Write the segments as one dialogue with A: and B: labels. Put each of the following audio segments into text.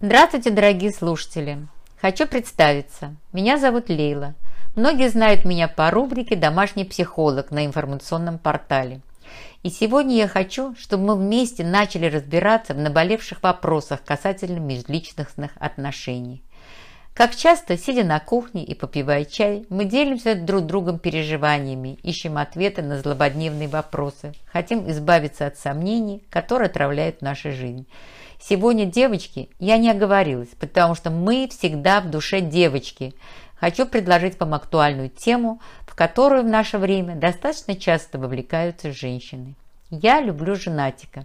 A: Здравствуйте, дорогие слушатели! Хочу представиться. Меня зовут Лейла. Многие знают меня по рубрике «Домашний психолог» на информационном портале. И сегодня я хочу, чтобы мы вместе начали разбираться в наболевших вопросах касательно межличностных отношений. Как часто, сидя на кухне и попивая чай, мы делимся друг другом переживаниями, ищем ответы на злободневные вопросы, хотим избавиться от сомнений, которые отравляют нашу жизнь. Сегодня, девочки, я не оговорилась, потому что мы всегда в душе девочки. Хочу предложить вам актуальную тему, в которую в наше время достаточно часто вовлекаются женщины. Я люблю женатика.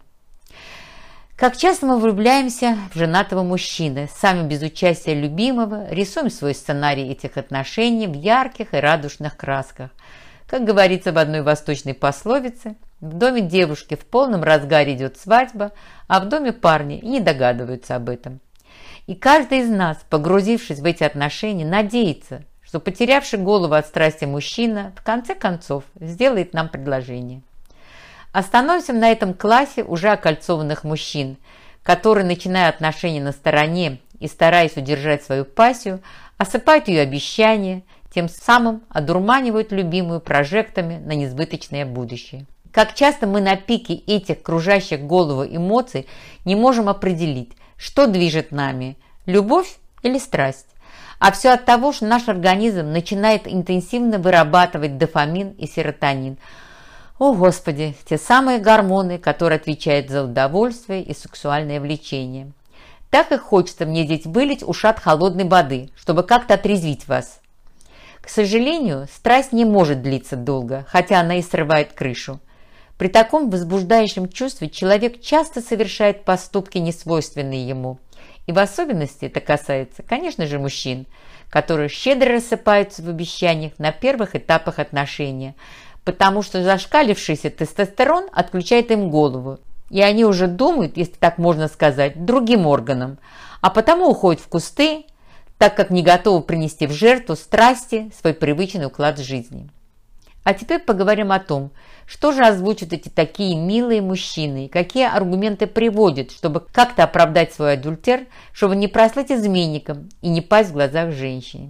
A: Как часто мы влюбляемся в женатого мужчину, сами без участия любимого, рисуем свой сценарий этих отношений в ярких и радужных красках. Как говорится в одной восточной пословице, в доме девушки в полном разгаре идет свадьба, а в доме парни и не догадываются об этом. И каждый из нас, погрузившись в эти отношения, надеется, что потерявший голову от страсти мужчина в конце концов сделает нам предложение. Остановимся на этом классе уже окольцованных мужчин, которые, начиная отношения на стороне и стараясь удержать свою пассию, осыпают ее обещания, тем самым одурманивают любимую прожектами на несбыточное будущее. Как часто мы на пике этих кружащих голову эмоций не можем определить, что движет нами – любовь или страсть. А все от того, что наш организм начинает интенсивно вырабатывать дофамин и серотонин. О, Господи, те самые гормоны, которые отвечают за удовольствие и сексуальное влечение. Так и хочется мне здесь вылить ушат холодной воды, чтобы как-то отрезвить вас. К сожалению, страсть не может длиться долго, хотя она и срывает крышу. При таком возбуждающем чувстве человек часто совершает поступки, несвойственные ему. И в особенности это касается, конечно же, мужчин, которые щедро рассыпаются в обещаниях на первых этапах отношения, потому что зашкалившийся тестостерон отключает им голову, и они уже думают, если так можно сказать, другим органом, а потому уходят в кусты, так как не готовы принести в жертву страсти свой привычный уклад жизни. А теперь поговорим о том, что же озвучат эти такие милые мужчины и какие аргументы приводят, чтобы как-то оправдать свой адюльтер, чтобы не прослыть изменником и не пасть в глазах женщине.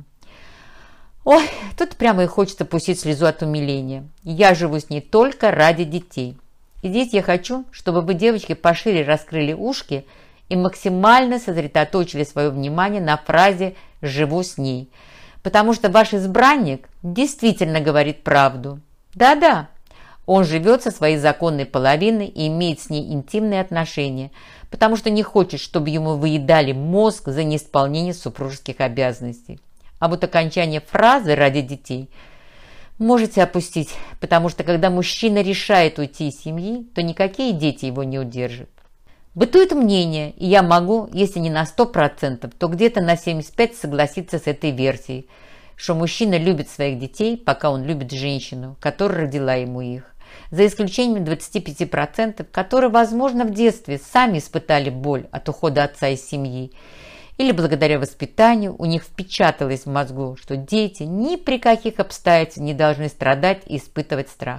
A: Ой, тут прямо и хочется пустить слезу от умиления. Я живу с ней только ради детей. И здесь я хочу, чтобы вы, девочки, пошире раскрыли ушки и максимально сосредоточили свое внимание на фразе «живу с ней». Потому что ваш избранник действительно говорит правду. Да-да, он живет со своей законной половиной и имеет с ней интимные отношения, потому что не хочет, чтобы ему выедали мозг за неисполнение супружеских обязанностей. А вот окончание фразы «ради детей» можете опустить, потому что когда мужчина решает уйти из семьи, то никакие дети его не удержат. Бытует мнение, и я могу, если не на 100%, то где-то на 75% согласиться с этой версией, что мужчина любит своих детей, пока он любит женщину, которая родила ему их. За исключением 25%, которые, возможно, в детстве сами испытали боль от ухода отца из семьи, или благодаря воспитанию у них впечаталось в мозгу, что дети ни при каких обстоятельствах не должны страдать и испытывать страх.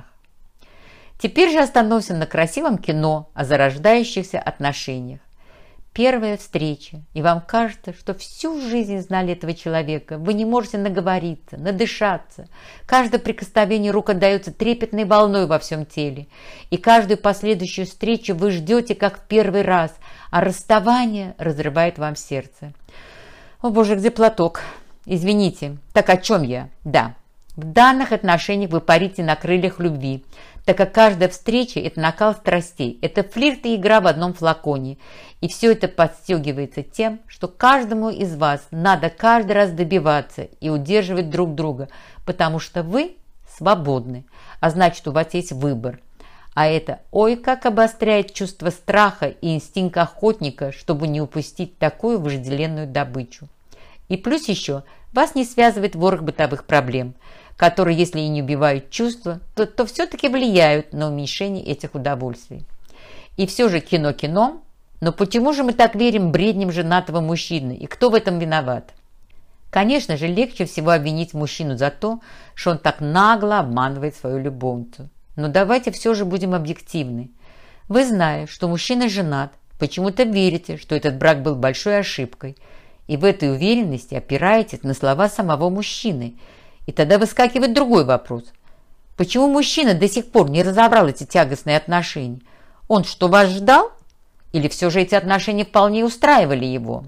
A: Теперь же остановимся на красивом кино о зарождающихся отношениях. Первая встреча, и вам кажется, что всю жизнь знали этого человека. Вы не можете наговориться, надышаться. Каждое прикосновение рук отдается трепетной волной во всем теле. И каждую последующую встречу вы ждете, как в первый раз, а расставание разрывает вам сердце. О боже, где платок? Извините, так о чем я? Да, в данных отношениях вы парите на крыльях любви, так как каждая встреча – это накал страстей, это флирт и игра в одном флаконе. И все это подстегивается тем, что каждому из вас надо каждый раз добиваться и удерживать друг друга, потому что вы свободны, а значит, у вас есть выбор. А это ой как обостряет чувство страха и инстинкт охотника, чтобы не упустить такую вожделенную добычу. И плюс еще вас не связывает ворох бытовых проблем, которые, если и не убивают чувства, то все-таки влияют на уменьшение этих удовольствий. И все же кино кино, но почему же мы так верим бредням женатого мужчины, и кто в этом виноват? Конечно же, легче всего обвинить мужчину за то, что он так нагло обманывает свою любовницу. Но давайте все же будем объективны. Вы, зная, что мужчина женат, почему-то верите, что этот брак был большой ошибкой, и в этой уверенности опираетесь на слова самого мужчины. И тогда выскакивает другой вопрос. Почему мужчина до сих пор не разобрал эти тягостные отношения? Он что, вас ждал? Или все же эти отношения вполне устраивали его?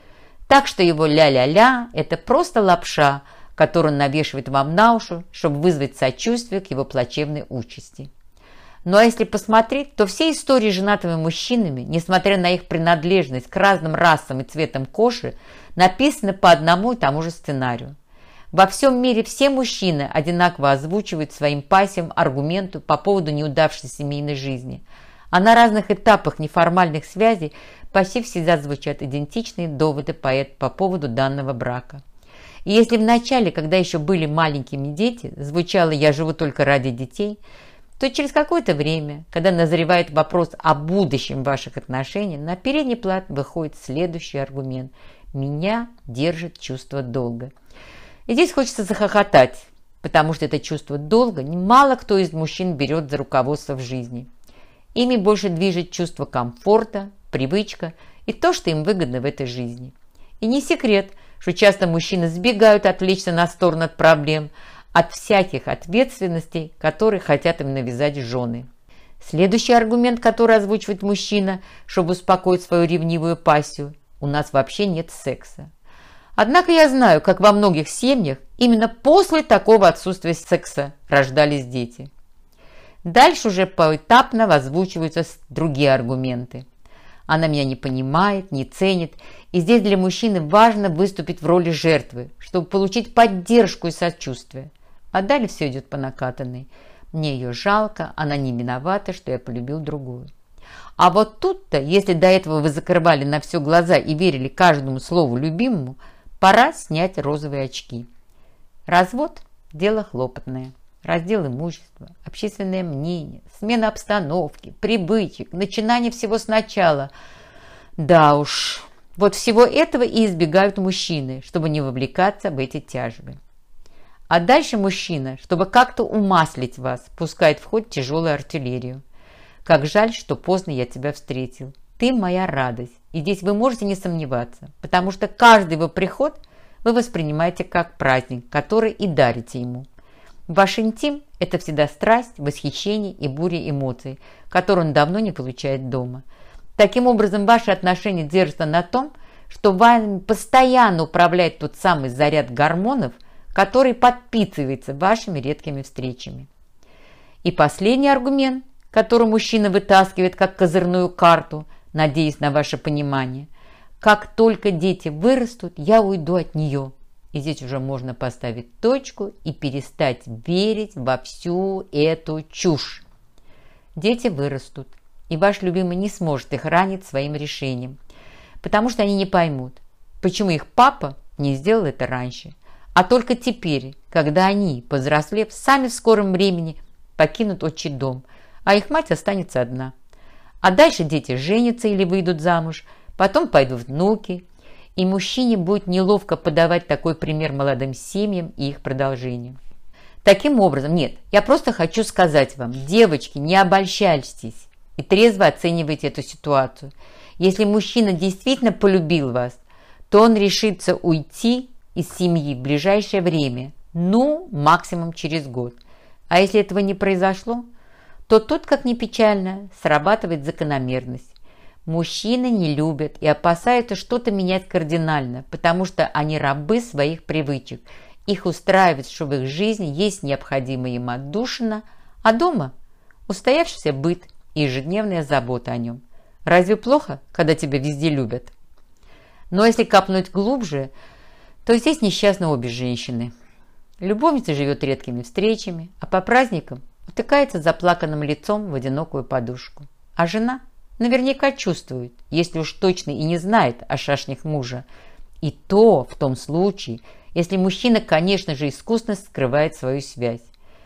A: Так что его ля-ля-ля – это просто лапша, которую он навешивает вам на уши, чтобы вызвать сочувствие к его плачевной участи. Ну а если посмотреть, то все истории с женатыми мужчинами, несмотря на их принадлежность к разным расам и цветам кожи, написаны по одному и тому же сценарию. Во всем мире все мужчины одинаково озвучивают своим пассиям аргументы по поводу неудавшейся семейной жизни, а на разных этапах неформальных связей почти всегда звучат идентичные доводы по поводу данного брака. И если в начале, когда еще были маленькими дети, звучало «я живу только ради детей», то через какое-то время, когда назревает вопрос о будущем ваших отношений, на передний план выходит следующий аргумент «меня держит чувство долга». И здесь хочется захохотать, потому что это чувство долга мало кто из мужчин берет за руководство в жизни. Ими больше движет чувство комфорта, привычка и то, что им выгодно в этой жизни. И не секрет, что часто мужчины сбегают отвлечься на сторону от проблем, от всяких ответственностей, которые хотят им навязать жены. Следующий аргумент, который озвучивает мужчина, чтобы успокоить свою ревнивую пассию – у нас вообще нет секса. Однако я знаю, как во многих семьях именно после такого отсутствия секса рождались дети. Дальше уже поэтапно озвучиваются другие аргументы. Она меня не понимает, не ценит, и здесь для мужчины важно выступить в роли жертвы, чтобы получить поддержку и сочувствие. А далее все идет по накатанной. Мне ее жалко, она не виновата, что я полюбил другую. А вот тут-то, если до этого вы закрывали на все глаза и верили каждому слову любимому, пора снять розовые очки. Развод – дело хлопотное. Раздел имущества, общественное мнение, смена обстановки, привычек, начинание всего сначала. Да уж, вот всего этого и избегают мужчины, чтобы не вовлекаться в эти тяжбы. А дальше мужчина, чтобы как-то умаслить вас, пускает в ход тяжелую артиллерию. Как жаль, что поздно я тебя встретил. Ты моя радость. И здесь вы можете не сомневаться, потому что каждый его приход вы воспринимаете как праздник, который и дарите ему. Ваш интим – это всегда страсть, восхищение и буря эмоций, которые он давно не получает дома. Таким образом, ваши отношения держатся на том, что вами постоянно управляет тот самый заряд гормонов, который подпитывается вашими редкими встречами. И последний аргумент, который мужчина вытаскивает как козырную карту, надеясь на ваше понимание. Как только дети вырастут, я уйду от нее. И здесь уже можно поставить точку и перестать верить во всю эту чушь. Дети вырастут, и ваш любимый не сможет их ранить своим решением, потому что они не поймут, почему их папа не сделал это раньше, а только теперь, когда они, повзрослев, сами в скором времени покинут отчий дом, а их мать останется одна. А дальше дети женятся или выйдут замуж, потом пойдут внуки, и мужчине будет неловко подавать такой пример молодым семьям и их продолжению. Таким образом, нет, я просто хочу сказать вам, девочки, не обольщайтесь и трезво оценивайте эту ситуацию. Если мужчина действительно полюбил вас, то он решится уйти из семьи в ближайшее время, ну, максимум через год. А если этого не произошло, то тут, как ни печально, срабатывает закономерность. Мужчины не любят и опасаются что-то менять кардинально, потому что они рабы своих привычек. Их устраивает, что в их жизни есть необходимая им отдушина, а дома устоявшийся быт и ежедневная забота о нем. Разве плохо, когда тебя везде любят? Но если копнуть глубже, то здесь несчастны обе женщины. Любовница живет редкими встречами, а по праздникам утыкается заплаканным лицом в одинокую подушку. А жена наверняка чувствует, если уж точно и не знает о шашнях мужа. И то в том случае, если мужчина, конечно же, искусно скрывает свою связь.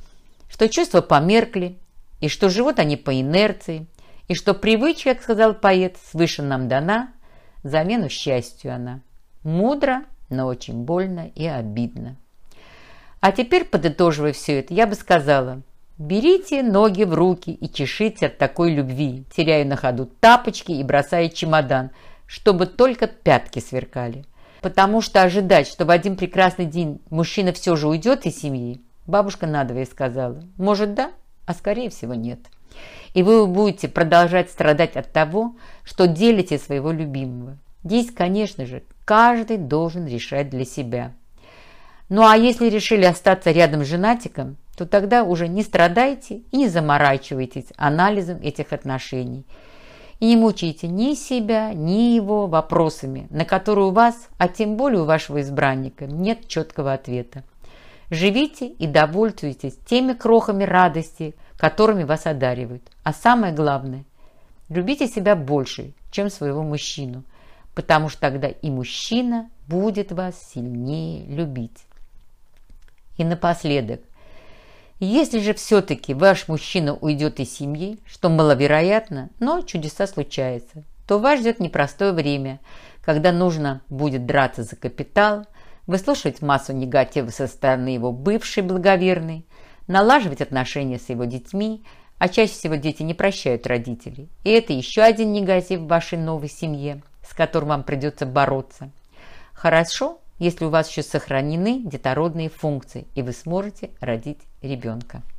A: Что чувства померкли, и что живут они по инерции, и что привычка, как сказал поэт, свыше нам дана, замену счастью она. Мудро, но очень больно и обидно. А теперь, подытоживая все это, я бы сказала, Берите ноги в руки и чешите от такой любви, теряя на ходу тапочки и бросая чемодан, чтобы только пятки сверкали. Потому что ожидать, что в один прекрасный день мужчина все же уйдет из семьи, бабушка надвое сказала, может да, а скорее всего нет. И вы будете продолжать страдать от того, что делите своего любимого. Здесь, конечно же, каждый должен решать для себя. Ну а если решили остаться рядом с женатиком, то тогда уже не страдайте и не заморачивайтесь анализом этих отношений. И не мучайте ни себя, ни его вопросами, на которые у вас, а тем более у вашего избранника, нет четкого ответа. Живите и довольствуйтесь теми крохами радости, которыми вас одаривают. А самое главное, любите себя больше, чем своего мужчину, потому что тогда и мужчина будет вас сильнее любить. И напоследок, если же все-таки ваш мужчина уйдет из семьи, что маловероятно, но чудеса случаются, то вас ждет непростое время, когда нужно будет драться за капитал, выслушивать массу негатива со стороны его бывшей благоверной, налаживать отношения с его детьми, а чаще всего дети не прощают родителей. И это еще один негатив в вашей новой семье, с которым вам придется бороться. Хорошо, если у вас еще сохранены детородные функции, и вы сможете родить ребенка.